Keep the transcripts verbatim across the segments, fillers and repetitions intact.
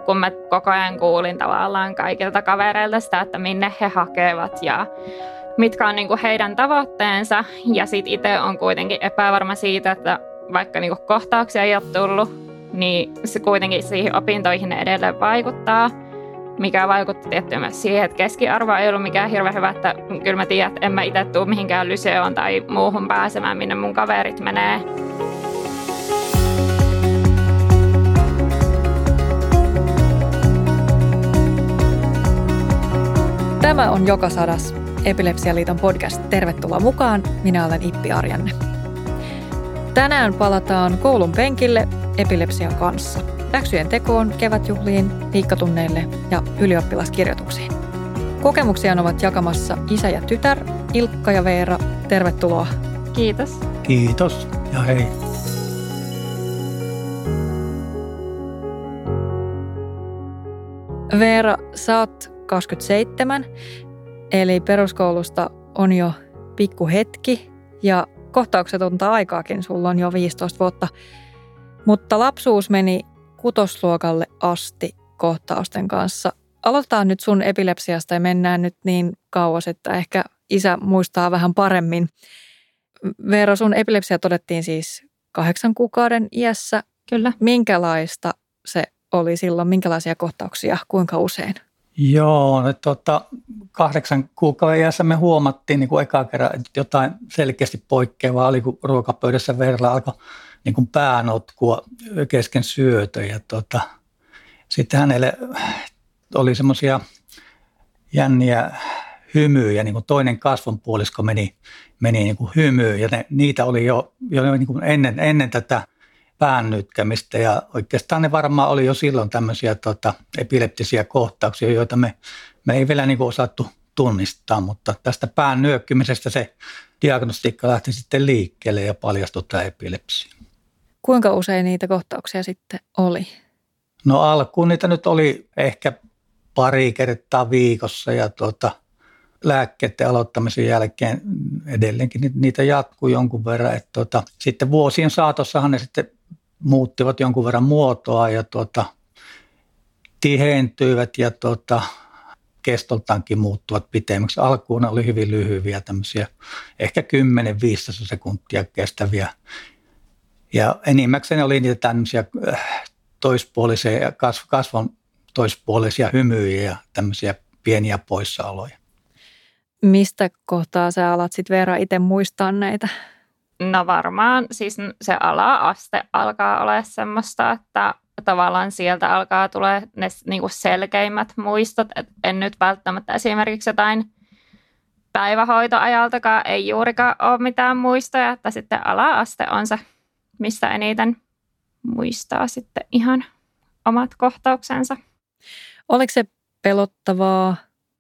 kun mä koko ajan kuulin tavallaan kaikilta kavereilta sitä, että minne he hakevat ja mitkä on niin kuin heidän tavoitteensa. Ja sitten itse on kuitenkin epävarma siitä, että vaikka niin kuin kohtauksia ei ole tullut, niin se kuitenkin siihen opintoihin edelleen vaikuttaa, mikä vaikutti tietty myös siihen, että keskiarvo ei ollut mikään hirveän hyvä, että kyllä mä tiedän, että en mä itse tule mihinkään lyseoon tai muuhun pääsemään, minne mun kaverit menee. Tämä on Joka sadas Epilepsialiiton podcast. Tervetuloa mukaan. Minä olen Ippi Arjanne. Tänään palataan koulun penkille epilepsian kanssa. Läksyjen tekoon, kevätjuhliin, liikkatunneille ja ylioppilaskirjoituksiin. Kokemuksiaan ovat jakamassa isä ja tytär, Ilkka ja Veera. Tervetuloa. Kiitos. Kiitos ja hei. Veera, sä oot kaksikymmentäseitsemän, eli peruskoulusta on jo pikku hetki ja kohtauksetonta aikaakin, sulla on jo viisitoista vuotta. Mutta lapsuus meni kutosluokalle asti kohtausten kanssa. Aloitetaan nyt sun epilepsiasta ja mennään nyt niin kauas, että ehkä isä muistaa vähän paremmin. Veera, sun epilepsia todettiin siis kahdeksan kuukauden iässä. Kyllä. Minkälaista se oli silloin? Minkälaisia kohtauksia? Kuinka usein? Joo, no, tota, kahdeksan kuukauden iässä me huomattiin niin kuin eka kerran, että jotain selkeästi poikkeavaa oli, kun ruokapöydässä Veeralla alkoi niin kuin pää notkua kesken syötön. Ja tota, sitten hänelle oli semmoisia jänniä hymyjä, niin kuin toinen kasvonpuolisko meni, meni niin kuin hymyyn ja ne, niitä oli jo, jo niin kuin ennen, ennen tätä päännytkämistä ja oikeastaan ne varmaan oli jo silloin tämmöisiä tota, epileptisiä kohtauksia, joita me, me ei vielä niin kuin osattu tunnistaa, mutta tästä pään nyökkymisestä se diagnostiikka lähti sitten liikkeelle ja paljastui tämä epilepsia. Kuinka usein niitä kohtauksia sitten oli? No alkuun niitä nyt oli ehkä pari kertaa viikossa ja tuota, lääkkeiden aloittamisen jälkeen edelleenkin niitä jatkuu jonkun verran. Että tuota, sitten vuosien saatossahan ne sitten muuttivat jonkun verran muotoa ja tuota, tihentyivät ja tuota, kestoltaankin muuttuvat pitemmäksi. Alkuun oli hyvin lyhyviä tämmöisiä, ehkä kymmenen viisitoista sekuntia kestäviä. Ja enimmäkseen oli niitä tämmöisiä toispuolisia, kasvon toispuolisia hymyjä ja tämmöisiä pieniä poissaoloja. Mistä kohtaa sä alat sitten Veera itse muistaa näitä? No varmaan siis se ala-aste alkaa olla semmoista, että tavallaan sieltä alkaa tulee ne niinku selkeimmät muistot. Et en nyt välttämättä esimerkiksi jotain päivähoitoajaltakaan ei juurikaan ole mitään muistoja, että sitten ala-aste on se, mistä eniten muistaa sitten ihan omat kohtauksensa. Oliko se pelottavaa?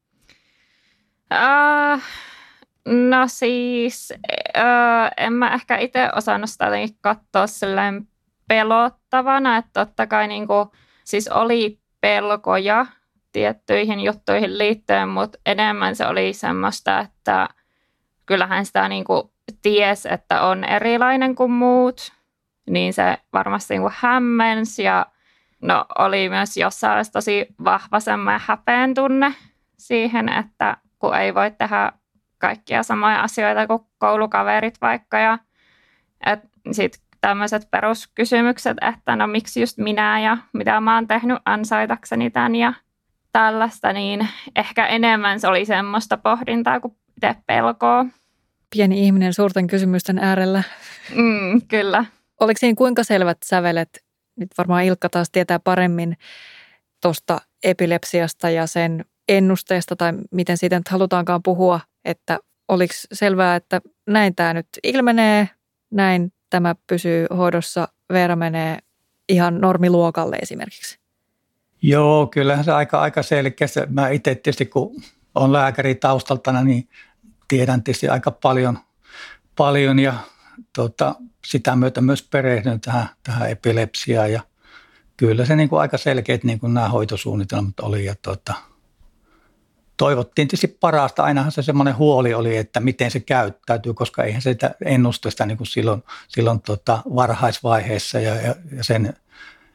Uh, no siis uh, en mä ehkä itse osannut sitä katsoa silleen pelottavana, että totta kai niinku, siis oli pelkoja tiettyihin juttuihin liittyen, mutta enemmän se oli semmoista, että kyllähän sitä niinku tiesi, että on erilainen kuin muut, niin se varmasti niinku hämmensi ja no oli myös jossain tosi vahva semmoinen häpeen tunne siihen, että kun ei voi tehdä kaikkia samoja asioita kuin koulukaverit vaikka. Ja sitten tämmöiset peruskysymykset, että no miksi just minä ja mitä mä oon tehnyt ansaitakseni tämän ja tällaista, niin ehkä enemmän se oli semmoista pohdintaa kuin itse pelkoa. Pieni ihminen suurten kysymysten äärellä. Mm, kyllä. Oliko siinä kuinka selvät sävelet? Nyt varmaan Ilkka taas tietää paremmin tuosta epilepsiasta ja sen ennusteesta tai miten siitä nyt halutaankaan puhua, että oliko selvää, että näin tämä nyt ilmenee, näin tämä pysyy hoidossa, Veera menee ihan normiluokalle esimerkiksi? Joo, kyllähän se aika, aika selkeästi. Mä itse tietysti, kun olen lääkäri taustaltana, niin tiedän tietysti aika paljon, paljon ja tota, sitä myötä myös perehdyn tähän, tähän epilepsiaan ja kyllä se niin kuin aika selkeät niin kuin nämä hoitosuunnitelmat oli ja tota, toivottiin tietysti parasta. Ainahan se semmoinen huoli oli, että miten se käyttäytyy, koska eihän se ennusta sitä niin kuin silloin, silloin tota varhaisvaiheessa ja, ja sen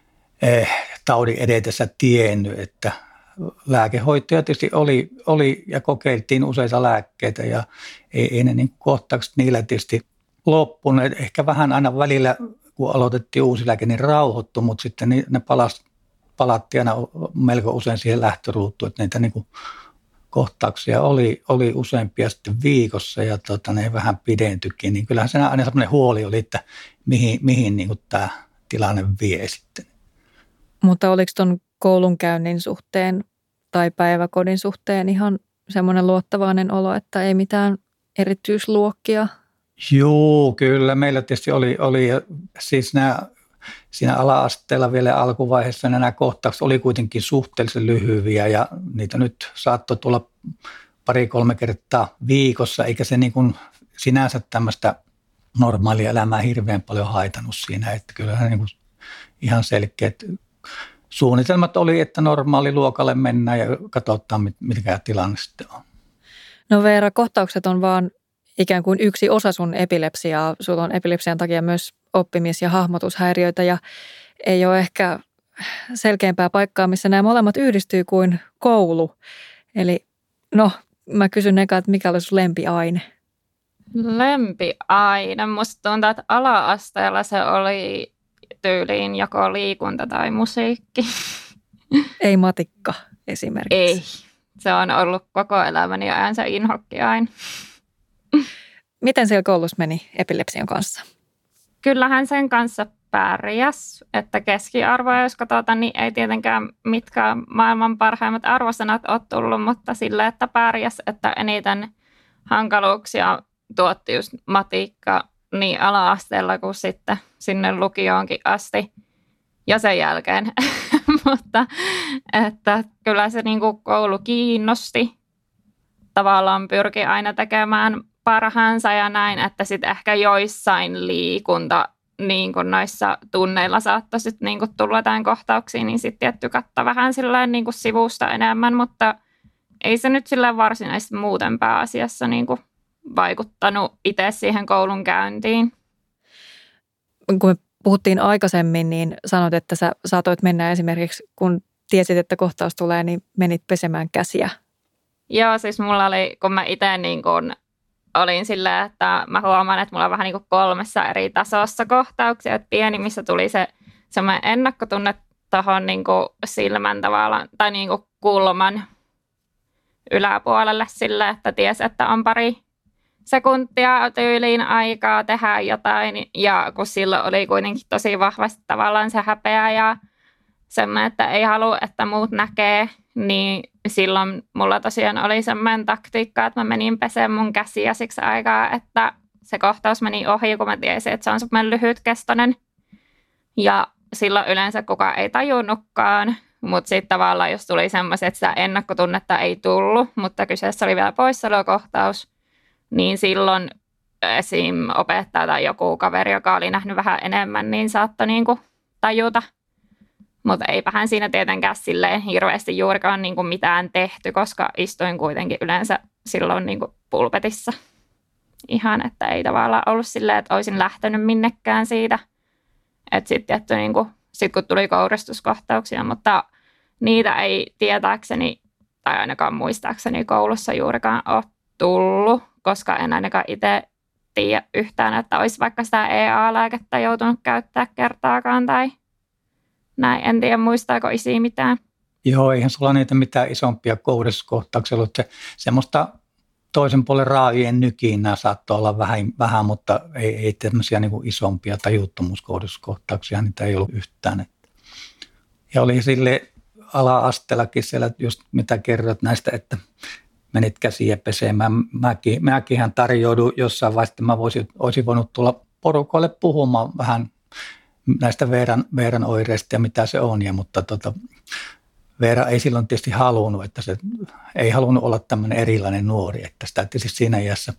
eh, taudin edetessä tiennyt, että lääkehoitoja tietysti oli, oli ja kokeiltiin useita lääkkeitä ja ei, ei ne niin kohtaukset niillä tietysti loppuneet. Ehkä vähän aina välillä, kun aloitettiin uusi lääke, niin rauhoittui, mutta sitten ne palas, palattiin aina melko usein siihen lähtöruutuun, että niitä niin kuin kohtauksia oli, oli useampia sitten viikossa ja tota, ne vähän pidentyikin, niin kyllähän se aina sellainen huoli oli, että mihin, mihin niin kuin tämä tilanne vie sitten. Mutta oliko tuon koulunkäynnin suhteen tai päiväkodin suhteen ihan semmoinen luottavainen olo, että ei mitään erityisluokkia? Joo, kyllä. Meillä tietysti oli, oli siis nämä, siinä ala-asteella vielä alkuvaiheessa nämä kohtaukset oli kuitenkin suhteellisen lyhyviä ja niitä nyt saattoi tulla pari-kolme kertaa viikossa, eikä se niin kuin sinänsä tämmöistä normaalia elämää hirveän paljon haitannut siinä, että kyllähän niin kuin ihan selkeät suunnitelmat oli, että normaaliluokalle mennään ja katsotaan, mikä tilanne sitten on. No Veera, kohtaukset on vaan ikään kuin yksi osa sun epilepsiaa. Sulla on epilepsian takia myös oppimis- ja hahmotushäiriöitä ja ei ole ehkä selkeämpää paikkaa, missä nämä molemmat yhdistyy kuin koulu. Eli no, mä kysyn eka, että mikä oli sun lempiaine? Lempiaine? Musta tuntuu, että ala-asteella se oli tyyliin joko liikunta tai musiikki. Ei matikka esimerkiksi. Ei. Se on ollut koko elämäni ajan se inhokkiaine. Miten siellä koulussa meni epilepsian kanssa? Kyllähän sen kanssa pärjäs, että keskiarvoa, jos katsotaan, niin ei tietenkään mitkään maailman parhaimmat arvosanat ole tullut, mutta sillä, että pärjäs, että eniten hankaluuksia tuotti just matikka niin ala-asteella kuin sitten sinne lukioonkin asti ja sen jälkeen. Mutta että kyllä se niin kuin koulu kiinnosti. Tavallaan pyrki aina tekemään parhaansa ja näin, että sitten ehkä joissain liikunta niin kuin noissa tunneilla saattoi sitten niin kuin tulla jotain kohtauksia, niin sitten tietty katsoa vähän silleen niin kuin sivusta enemmän, mutta ei se nyt silleen varsinaisesti muuten pääasiassa niin kuin vaikuttanut itse siihen koulun käyntiin. Kun me puhuttiin aikaisemmin, niin sanoit, että sä saatoit mennä esimerkiksi, kun tiesit, että kohtaus tulee, niin menit pesemään käsiä. Joo, siis mulla oli, kun mä itse niin kuin olin silleen, että mä huomaan, että mulla on vähän niin kuin kolmessa eri tasossa kohtauksia, että pienimmissä tuli se semmoinen ennakkotunne tuohon niin kuin silmän tavallaan, tai niin kuin kulman yläpuolelle sille, että ties, että on pari sekuntia tyyliin aikaa tehdä jotain, ja kun silloin oli kuitenkin tosi vahvasti tavallaan se häpeä ja semmoinen, että ei halua, että muut näkee, niin silloin mulla tosiaan oli semmoinen taktiikka, että mä menin peseen mun käsiä siksi aikaa, että se kohtaus meni ohi, kun mä tiesin, että se on semmoinen lyhytkestoinen. Ja silloin yleensä kukaan ei tajunnutkaan, mutta sitten tavallaan jos tuli semmoiset, että sitä ennakkotunnetta ei tullut, mutta kyseessä oli vielä poissaolokohtaus, niin silloin esim. Opettaja tai joku kaveri, joka oli nähnyt vähän enemmän, niin saattoi niinku tajuta. Mutta eipähän siinä tietenkään silleen hirveästi juurikaan niinku mitään tehty, koska istuin kuitenkin yleensä silloin niinku pulpetissa. Ihan, että ei tavallaan ollut silleen, että olisin lähtenyt minnekään siitä. Että sitten niinku, sit kun tuli kouristuskohtauksia, mutta niitä ei tietääkseni tai ainakaan muistaakseni koulussa juurikaan ole tullut, koska en ainakaan itse tiedä yhtään, että olisi vaikka sitä E A-lääkettä joutunut käyttää kertaakaan tai näin. En tiedä, muistaako isi mitään. Joo, eihän sulla niitä mitään isompia kouristuskohtauksia ollut. Se, semmoista toisen puolen raavien nykinnää saattoi olla vähän, vähän mutta ei, ei tämmöisiä niin kuin isompia tajuttomuuskouristuskohtauksia, niitä ei ollut yhtään. Ja oli sille ala-asteellakin siellä just mitä kerrot näistä, että menit käsiä pesemään. Mäkin, mäkinhän tarjoudun jossain vaiheessa, että mä voisin, olisin voinut tulla porukoille puhumaan vähän näistä Veeran, Veeran oireista ja mitä se on. Ja, mutta tota, Veera ei silloin tietysti halunnut, että se ei halunnut olla tämmöinen erilainen nuori, että sitä tietysti siinä iässä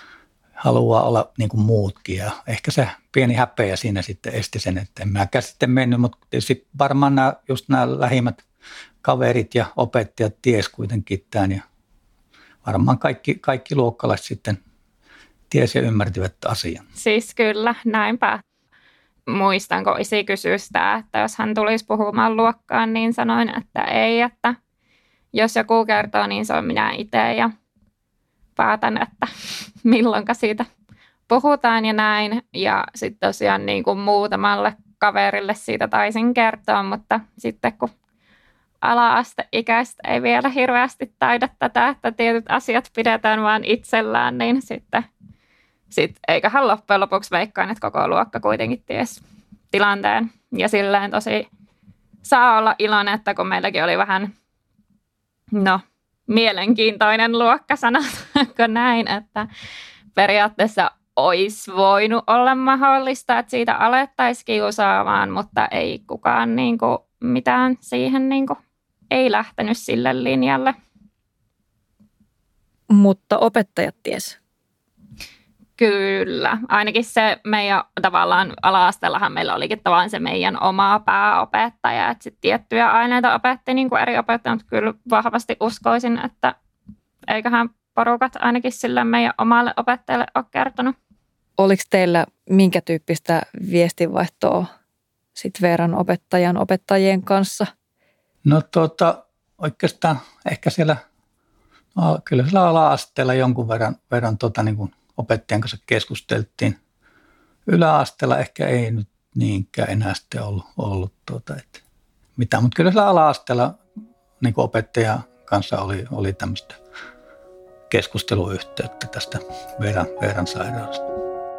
haluaa olla niin kuin muutkin. Ja ehkä se pieni häpeä siinä sitten esti sen, että en mäkään sitten mennyt, mutta tietysti varmaan nämä, just nämä lähimmät kaverit ja opettajat ties kuitenkin tämän ja varmaan kaikki, kaikki luokkalaiset sitten tiesi ja ymmärtivät asian. Siis kyllä, näinpä. muistan, kun isi kysyi sitä, että jos hän tulisi puhumaan luokkaan, niin sanoin, että ei, että jos joku kertoo, niin se on minä itse ja päätän, että milloinka siitä puhutaan ja näin. Ja sitten tosiaan niin kuin muutamalle kaverille siitä taisin kertoa, mutta sitten kun ala-asteikäiset ei vielä hirveästi taida tätä, että tietyt asiat pidetään vaan itsellään, niin sitten sit, eiköhän loppujen lopuksi veikkaan, että koko luokka kuitenkin ties tilanteen. Ja silleen tosi saa olla iloinen, että kun meilläkin oli vähän, no, mielenkiintoinen luokka, sanotaanko näin, että periaatteessa olisi voinut olla mahdollista, että siitä alettaisiin kiusaamaan, mutta ei kukaan niin kuin mitään siihen niin kuin ei lähtenyt sille linjalle. Mutta opettajat ties. Kyllä. Ainakin se meidän tavallaan ala-asteellahan meillä olikin tavallaan se meidän oma pääopettaja, että sitten tiettyjä aineita opetti niin kuin eri opettajat, mutta kyllä vahvasti uskoisin, että eiköhän porukat ainakin sille meidän omalle opettajalle ole kertonut. Oliko teillä minkä tyyppistä viestinvaihtoa sit Veeran opettajan opettajien kanssa? No tuota, oikeastaan ehkä siellä, no, kyllä siellä ala-asteella jonkun verran, verran tuota, niin kuin opettajan kanssa keskusteltiin. Yläasteella ehkä ei nyt niinkään enää sitten ollut, ollut tuota, että mitään, mutta kyllä siellä ala-asteella niin kuin opettajan kanssa oli, oli tämmöistä keskusteluyhteyttä tästä Veeran, Veeran sairaudesta.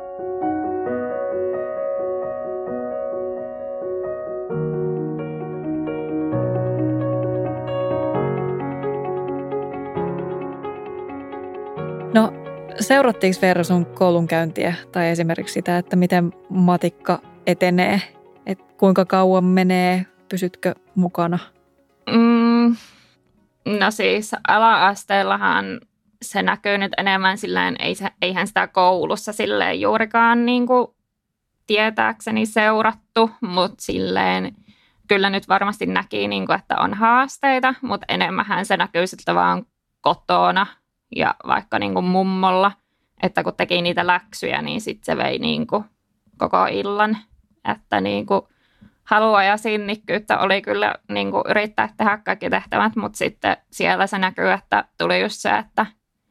No, seurattiinko Veera sun koulunkäyntiä tai esimerkiksi sitä, että miten matikka etenee? Et kuinka kauan menee? Pysytkö mukana? Mm, no siis ala-asteellahan se näkyy nyt enemmän silleen, ei se, eihän sitä koulussa silleen juurikaan niin kuin tietääkseni seurattu, mutta silleen kyllä nyt varmasti näki, niin kuin, että on haasteita, mutta enemmänhän se näkyy sitten vaan kotona ja vaikka niin kuin mummolla, että kun teki niitä läksyjä, niin sitten se vei niin kuin koko illan, että niin kuin halua ja sinnikkyyttä oli kyllä niin kuin yrittää tehdä kaikki tehtävät, mutta sitten siellä se näkyy, että tuli just se, että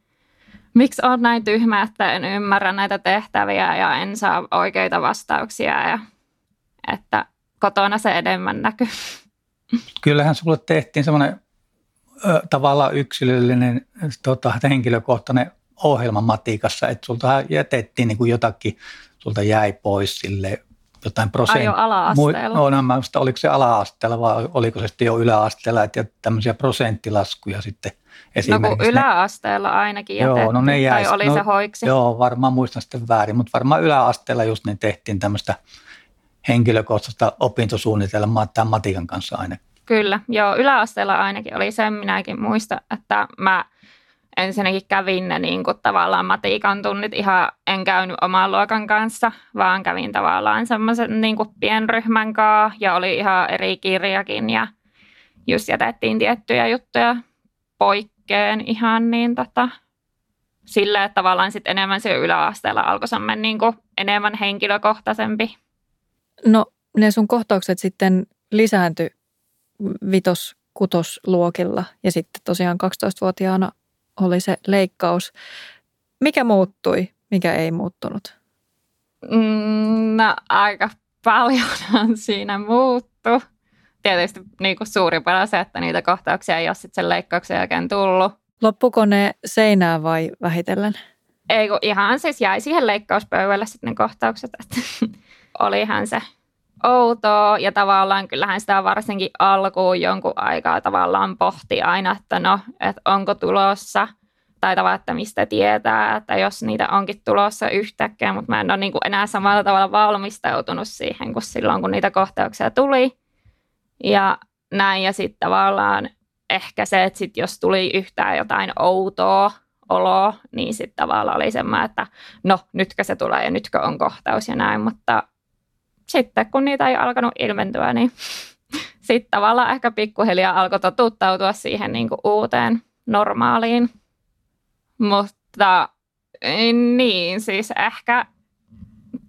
miksi on näin tyhmä, että en ymmärrä näitä tehtäviä ja en saa oikeita vastauksia ja että kotona se enemmän näkyy. Kyllähän sulle tehtiin semmoinen ö, tavallaan yksilöllinen tota, henkilökohtainen ohjelma matikassa, että sulta jätettiin niin kuin jotakin, sulta jäi pois sille jotain prosenttia. Ai jo ala-asteella. No, no, mä muista, oliko se ala-asteella vai oliko se sitten jo yläasteella, että tämmöisiä prosenttilaskuja sitten esimerkiksi. No kun yläasteella ainakin joo, jätettiin, no ne jäi, tai oli no, se hoiksi. Joo, varmaan muistan sitten väärin, mutta varmaan yläasteella just niin tehtiin tämmöistä henkilökohtaista opintosuunnitelmaa tämän matikan kanssa aina. Kyllä, joo, yläasteella ainakin oli sen, minäkin muista, että mä ensinnäkin kävin ne niin kuin tavallaan matikan tunnit ihan, en käynyt oman luokan kanssa, vaan kävin tavallaan semmoisen niin kuin pienryhmän kanssa ja oli ihan eri kirjakin ja just jätettiin tiettyjä juttuja poikkeen ihan niin tota, silleen, että tavallaan sitten enemmän se yläasteella alkoi semmoinen niin kuin enemmän henkilökohtaisempi. No ne sun kohtaukset sitten lisääntyi vitos kutosluokilla ja sitten tosiaan kaksitoistavuotiaana oli se leikkaus. Mikä muuttui, mikä ei muuttunut? Mm, no aika paljon siinä muuttui. Tietysti niin kuin suurimpana se, että niitä kohtauksia ei ole sitten sen leikkauksen jälkeen tullut. Loppuko ne seinään vai vähitellen? Ei kun ihan siis jäi siihen leikkauspöydälle sitten ne kohtaukset. Että olihan se outoa ja tavallaan kyllähän sitä varsinkin alkuun jonkun aikaa tavallaan pohti aina, että no, että onko tulossa tai tavallaan, että mistä tietää, että jos niitä onkin tulossa yhtäkkiä, mutta mä en ole niin kuin enää samalla tavalla valmistautunut siihen kuin silloin, kun niitä kohtauksia tuli ja näin ja sitten tavallaan ehkä se, että sit jos tuli yhtään jotain outoa oloa, niin sitten tavallaan oli semmoinen, että no nytkö se tulee ja nytkö on kohtaus ja näin, mutta sitten kun niitä ei alkanut ilmentyä, niin sitten tavallaan ehkä pikkuhiljaa alkoi totuttautua siihen niin kuin uuteen normaaliin. Mutta niin, siis ehkä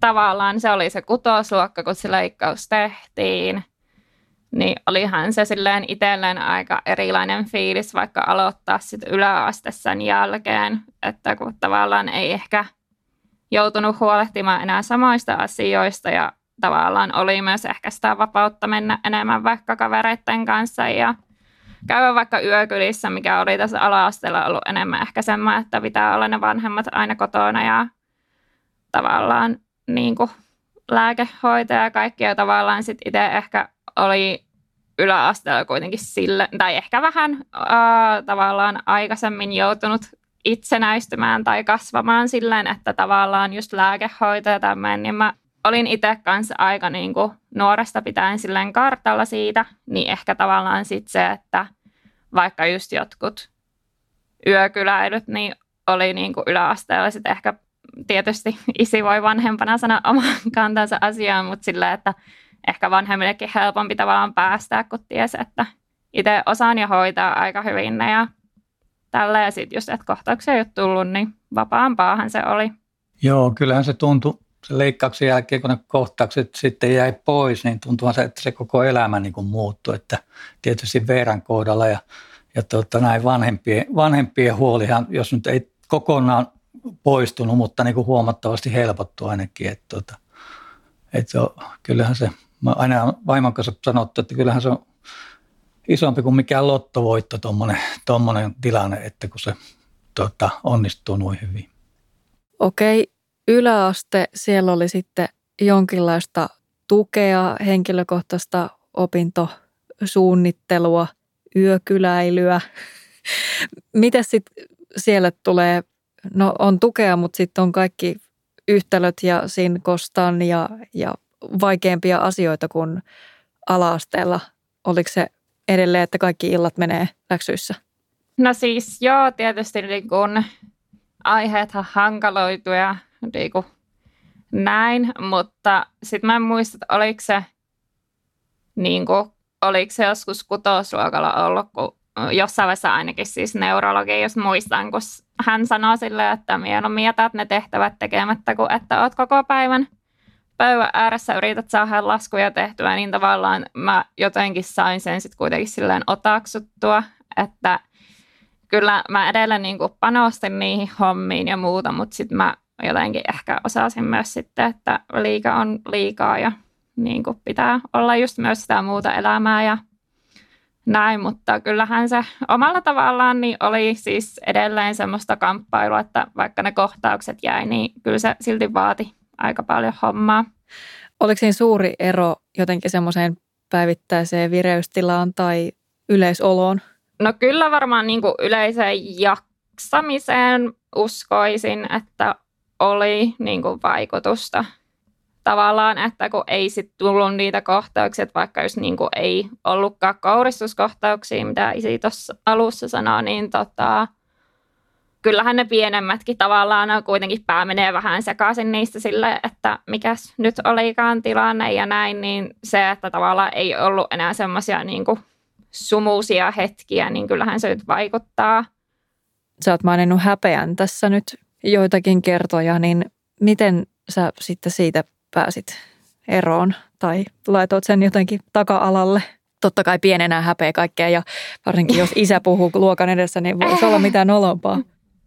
tavallaan se oli se kutosluokka, kun se leikkaus tehtiin. Niin olihan se silleen itselleen aika erilainen fiilis vaikka aloittaa sitten yläaste sen jälkeen, että kun tavallaan ei ehkä joutunut huolehtimaan enää samoista asioista ja tavallaan oli myös ehkä sitä vapautta mennä enemmän vaikka kavereiden kanssa ja käydä vaikka yökylissä, mikä oli tässä ala-asteella ollut enemmän ehkä semmoinen, että pitää olla ne vanhemmat aina kotona ja tavallaan niin kuin lääkehoito ja kaikki ja tavallaan sitten itse ehkä oli yläasteella kuitenkin sille, tai ehkä vähän äh, tavallaan aikaisemmin joutunut itsenäistymään tai kasvamaan silleen, että tavallaan just lääkehoito ja tämmöinen, niin mä olin itse kanssa aika niin kuin nuoresta pitäen silleen kartalla siitä, niin ehkä tavallaan sitten se, että vaikka just jotkut yökyläilyt, niin oli niin kuin yläasteella sitten ehkä tietysti isi voi vanhempana sanoa oman kantansa asiaan, mutta silleen, että ehkä vanhemmillekin helpompi tavallaan päästää, kun tiesi, että itse osaan jo hoitaa aika hyvin ne ja tällä. Ja sitten just, että kohtauksia ei ole tullut, niin vapaampaahan se oli. Joo, kyllähän se tuntui se leikkauksen jälkeen, kun ne kohtaukset sitten jäi pois, niin tuntuuhan se, että se koko elämä niin kuin muuttui. Että tietysti Veeran kohdalla ja, ja tuota, näin vanhempien, vanhempien huolihan, jos nyt ei kokonaan poistunut, mutta niin kuin huomattavasti helpottu ainakin. Että, tuota, että kyllähän se, mä aina vaimon kanssa sanottu, että kyllähän se on isompi kuin mikään lottovoitto tuommoinen, tuommoinen tilanne, että kun se tuota, onnistuu noin hyvin. Okei, yläaste, siellä oli sitten jonkinlaista tukea, henkilökohtaista opintosuunnittelua, yökyläilyä. Miten sitten siellä tulee, no on tukea, mutta sitten on kaikki yhtälöt ja sinkostan ja, ja vaikeampia asioita kuin ala-asteella. Oliko se edelleen, että kaikki illat menee läksyissä? No siis joo, tietysti niin kun aiheethan hankaloituu ja niin kun näin, mutta sitten mä en muista, että oliko se, niin kun, oliko se joskus kutosluokalla ollut, kun jossain vaiheessa ainakin siis neurologi, jos muistan, kun hän sanoi silleen, että mieluummin jätät ne tehtävät tekemättä, kuin että oot koko päivän pöydän ääressä yrität saada laskuja tehtyä, niin tavallaan mä jotenkin sain sen sitten kuitenkin silleen otaksuttua, että kyllä mä edelleen niin kuin panostin niihin hommiin ja muuta, mutta sitten mä jotenkin ehkä osasin myös sitten, että liika on liikaa ja niin kuin pitää olla just myös sitä muuta elämää ja näin, mutta kyllähän se omalla tavallaan niin oli siis edelleen semmoista kamppailua, että vaikka ne kohtaukset jäi, niin kyllä se silti vaati aika paljon hommaa. Oliko siinä suuri ero jotenkin semmoiseen päivittäiseen vireystilaan tai yleisoloon? No kyllä varmaan niin kuin yleiseen jaksamiseen uskoisin, että oli niin kuin vaikutusta. Tavallaan, että kun ei sitten tullut niitä kohtauksia, vaikka jos niin kuin ei ollutkaan kouristuskohtauksia, mitä isi tuossa alussa sanoi, niin tota, kyllähän ne pienemmätkin tavallaan on kuitenkin pää menee vähän sekaisin niistä silleen, että mikäs nyt olikaan tilanne ja näin, niin se, että tavallaan ei ollut enää semmoisia niin kuin sumuisia hetkiä, niin kyllähän se nyt vaikuttaa. Sä oot maininnut häpeän tässä nyt joitakin kertoja, niin miten sä sitten siitä pääsit eroon tai laitoit sen jotenkin taka-alalle? Totta kai pienenä häpeä kaikkea ja varsinkin jos isä puhuu luokan edessä, niin voisi olla mitään olompaa.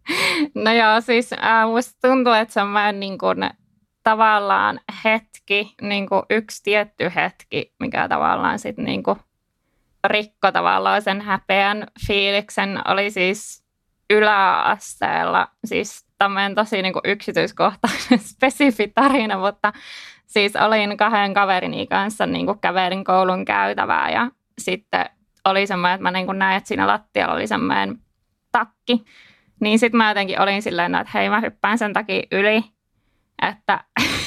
No joo, siis äh, musta tuntuu, että semmoinen niin kuin, tavallaan hetki, niin kuin yksi tietty hetki, mikä tavallaan sitten niin kuin rikko tavallaan sen häpeän fiiliksen, oli siis yläasteella, siis tämmöinen tosi niin kuin yksityiskohtainen spesifi tarina, mutta siis olin kahden kaverini kanssa niin kuin kävelin koulun käytävää ja sitten oli semmoinen, että mä niin kuin näin, että siinä lattialla oli semmoinen takki, niin sitten mä jotenkin olin silleen, että hei mä hyppään sen takia yli, että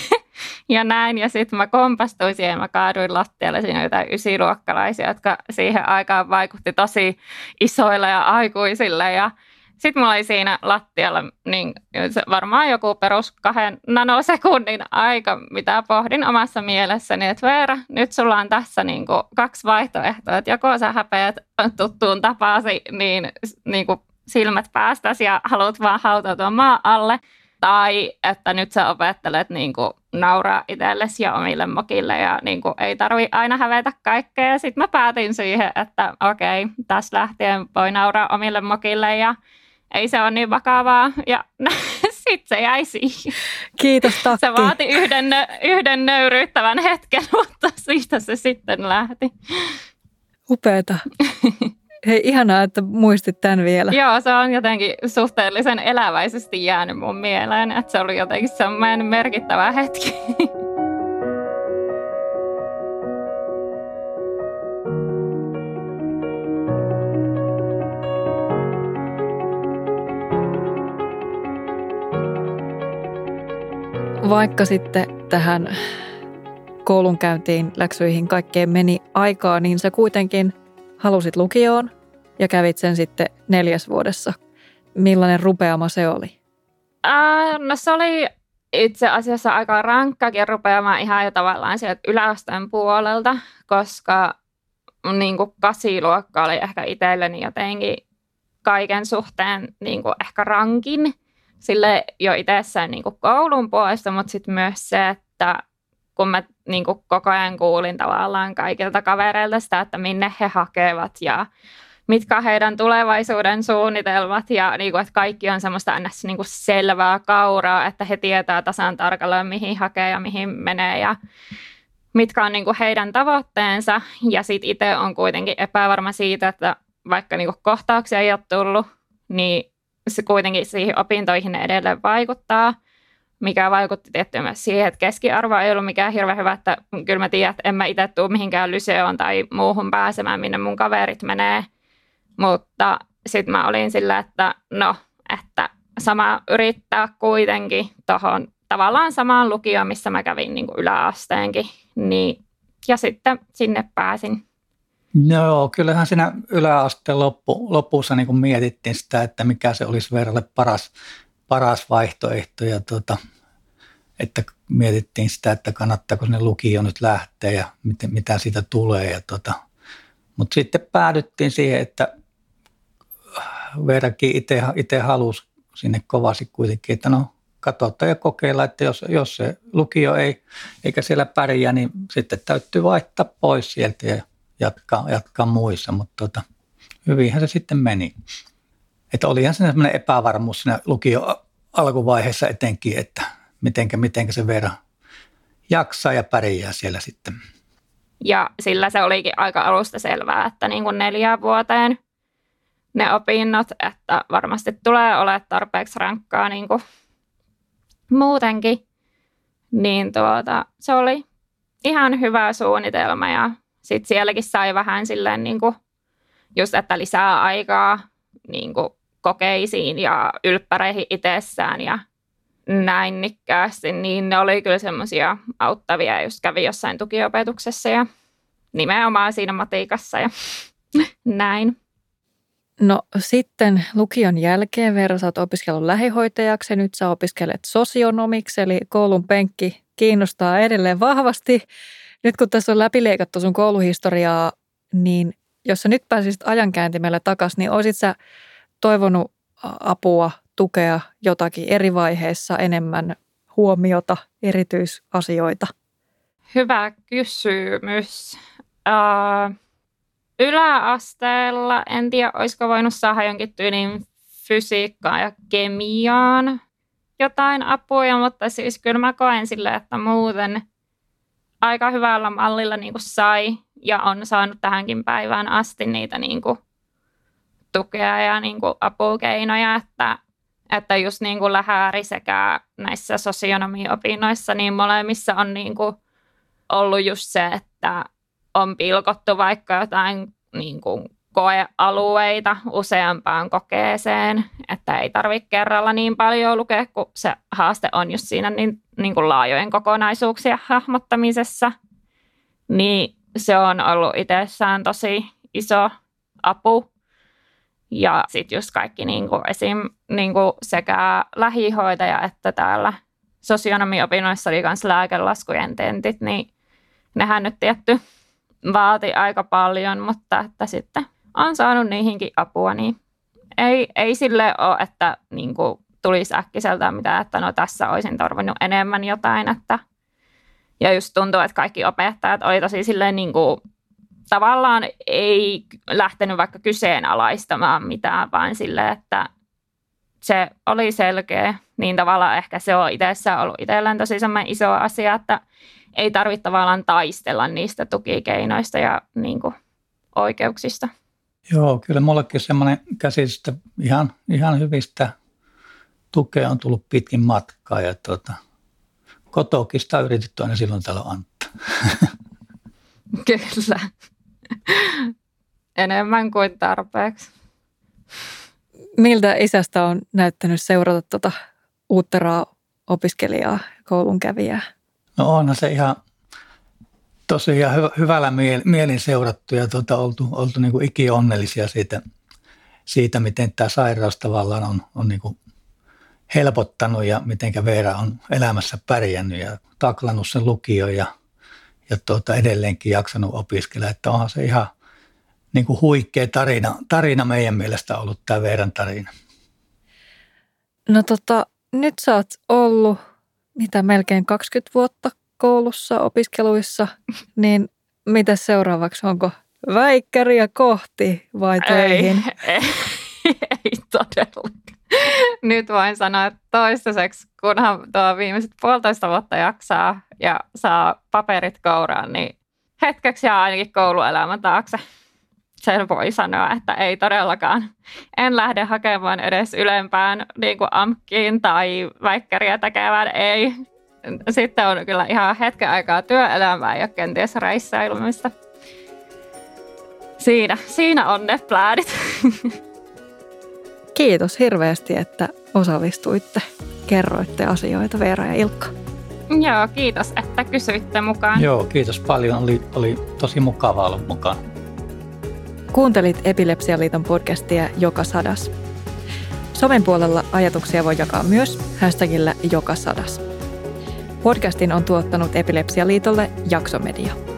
ja näin, ja sitten mä kompastuin siihen, mä kaaduin lattialle, siinä jotain ysiluokkalaisia, jotka siihen aikaan vaikutti tosi isoille ja aikuisille, ja sitten mulla oli siinä lattialla niin varmaan joku perus kahden nanosekunnin aika, mitä pohdin omassa mielessäni, että Veera, nyt sulla on tässä niin kuin kaksi vaihtoehtoa, että joko sä häpeät tuttuun tapaasi, niin, niin kuin silmät päästäsi ja haluat vaan hautautua maan alle, Tai että nyt sä opettelet niin kuin nauraa itsellesi ja omille mokille ja niin kuin ei tarvi aina hävetä kaikkea. Ja sitten mä päätin siihen, että okei, tässä lähtien voi nauraa omille mokille ja ei se ole niin vakavaa. Ja sitten se jäi siihen. Kiitos Takki. Se vaati yhden, yhden nöyryyttävän hetken, mutta siitä se sitten lähti. Upeeta. Hei, ihanaa, että muistit tämän vielä. Joo, se on jotenkin suhteellisen eläväisesti jäänyt mun mieleen, että se oli jotenkin semmoinen merkittävä hetki. Vaikka sitten tähän koulunkäyntiin, läksyihin kaikkeen meni aikaa, niin sä kuitenkin halusit lukioon ja kävit sen sitten neljäsvuodessa. Millainen rupeama se oli? Äh, no se oli itse asiassa aika rankkakin rupeama ihan jo tavallaan sieltä yläasteen puolelta, koska niin kuin kasiluokka oli ehkä itselleni jotenkin kaiken suhteen niin kuin ehkä rankin. Sille jo itsessään niin kuin koulun puolesta, mutta sitten myös se, että kun mä niin kuin koko ajan kuulin tavallaan kaikilta kavereilta sitä, että minne he hakevat ja mitkä on heidän tulevaisuuden suunnitelmat ja niin kuin, että kaikki on semmoista ns. Niin kuin selvää kauraa, että he tietää tasan tarkalleen, mihin hakee ja mihin menee ja mitkä on niin kuin heidän tavoitteensa. Ja sitten itse on kuitenkin epävarma siitä, että vaikka niin kuin kohtauksia ei ole tullut, niin se kuitenkin siihen opintoihin edelleen vaikuttaa, mikä vaikutti tiettyä myös siihen, että keskiarvo ei ollut mikään hirveän hyvä, että kyllä mä tiedän, että en mä itse tule mihinkään lyseoon tai muuhun pääsemään, minne mun kaverit menee, mutta sitten mä olin sillä, että no, että sama yrittää kuitenkin tuohon tavallaan samaan lukioon, missä mä kävin niin kuin yläasteenkin, niin, ja sitten sinne pääsin. No joo, kyllähän siinä yläasteen loppu, lopussa niin kuin mietittiin sitä, että mikä se olisi Veeralle paras, paras vaihtoehto ja tuota, että mietittiin sitä, että kannattaako sinne lukioon nyt lähteä ja mit, mitä siitä tulee. Ja tuota, mutta sitten päädyttiin siihen, että Veerakin itse, itse halusi sinne kovasti kuitenkin, että no katsotaan ja kokeilla, että jos, jos se lukio ei, eikä siellä pärjää, niin sitten täytyy vaihtaa pois sieltä ja Jatkaa, jatkaa muissa, mutta tota, hyvinhän se sitten meni. Että olihan se sellainen epävarmuus siinä lukio alkuvaiheessa etenkin, että mitenkä, mitenkä se Veera jaksaa ja pärjää siellä sitten. Ja sillä se olikin aika alusta selvää, että niin kuin neljään vuoteen ne opinnot, että varmasti tulee olemaan tarpeeksi rankkaa niin kuin muutenkin. Niin tuota, se oli ihan hyvä suunnitelma ja sitten sielläkin sai vähän silleen niin kuin just, että lisää aikaa niin kuin kokeisiin ja ylppäreihin itsessään ja näin nikkäästi, niin ne oli kyllä semmoisia auttavia, just kävi jossain tukiopetuksessa ja nimenomaan siinä matikassa ja näin. No sitten lukion jälkeen Veera, sä oot opiskellut lähihoitajaksi ja nyt sä opiskelet sosionomiksi, eli koulun penkki kiinnostaa edelleen vahvasti. Nyt kun tässä on läpileikattu sun kouluhistoriaa, niin jos sä nyt pääsisit ajankääntimellä takaisin, niin olisit sä toivonut apua, tukea jotakin eri vaiheessa, enemmän huomiota, erityisasioita? Hyvä kysymys. Uh, yläasteella en tiedä, olisiko voinut saada jonkin tyylin fysiikkaan ja kemiaan jotain apuja, mutta siis kyllä mä koen silleen, että muuten aika hyvällä mallilla niin kuin sai ja on saanut tähänkin päivään asti niitä niin kuin tukea ja niin kuin apukeinoja, että, että just niin kuin lähääri sekä näissä sosionomiopinnoissa, niin molemmissa on niin kuin ollut just se, että on pilkottu vaikka jotain niin kuin koealueita useampaan kokeeseen, että ei tarvitse kerralla niin paljon lukea, kun se haaste on just siinä niin, niin kuin laajojen kokonaisuuksien hahmottamisessa. Niin se on ollut itsessään tosi iso apu. Ja sitten just kaikki niin kuin esim. Niin kuin sekä lähihoitaja että täällä sosionomiopinnoissa oli myös lääkelaskujen tentit, niin nehän nyt tietty vaati aika paljon, mutta että sitten on saanut niihinkin apua, niin ei, ei sille ole, että niin kuin tulisi äkkiseltään mitään, että no tässä olisin tarvinnut enemmän jotain. Että. Ja just tuntuu, että kaikki opettajat oli tosi silleen niin kuin, tavallaan ei lähtenyt vaikka kyseenalaistamaan mitään, vaan silleen, että se oli selkeä. Niin tavallaan ehkä se on itsessään ollut itselleen tosi semmoinen iso asia, että ei tarvitse tavallaan taistella niistä tukikeinoista ja niin kuin, oikeuksista. Joo, kyllä mullekin semmoinen käsitys, että ihan, ihan hyvistä tukea on tullut pitkin matkaa ja tuota, kotoakin sitä on yritetty aina silloin täällä antaa. Kyllä. Enemmän kuin tarpeeksi. Miltä isästä on näyttänyt seurata tuota uutteraa opiskelijaa, koulun kävijää? No onhan se ihan tosiaan hy- hyvällä mielin seurattu ja tuota, oltu, oltu niin kuin ikionnellisia siitä, siitä, miten tämä sairaus tavallaan on, on niin kuin helpottanut ja miten Veera on elämässä pärjännyt ja taklannut sen lukion ja, ja tuota, edelleenkin jaksanut opiskella. Että onhan se ihan niin kuin huikea tarina, tarina meidän mielestä ollut tämä Veeran tarina. No tota, nyt sä oot ollut mitä melkein kaksikymmentä vuotta koulussa, opiskeluissa, niin mitä seuraavaksi? Onko väikkäriä kohti vai töihin? Ei, ei, ei todellakaan. Nyt voin sanoa, että toistaiseksi, kunhan tuo viimeiset puolitoista vuotta jaksaa ja saa paperit kouraan, niin hetkeksi jää ainakin kouluelämän taakse. Sen voi sanoa, että ei todellakaan. En lähde hakemaan edes ylempään niin kuin amkkiin tai väikkäriä tekevään, ei. Sitten on kyllä ihan hetken aikaa työelämää ja kenties reissailumista. Siinä, siinä on ne pläänit. Kiitos hirveästi, että osallistuitte. Kerroitte asioita, Veera ja Ilkka. Joo, kiitos, että kysyitte mukaan. Joo, kiitos paljon. Oli, oli tosi mukava olla mukaan. Kuuntelit Epilepsialiiton podcastia Joka sadas. Somen puolella ajatuksia voi jakaa myös hashtagillä Joka sadas. Podcastin on tuottanut Epilepsialiitolle Jaksomedia.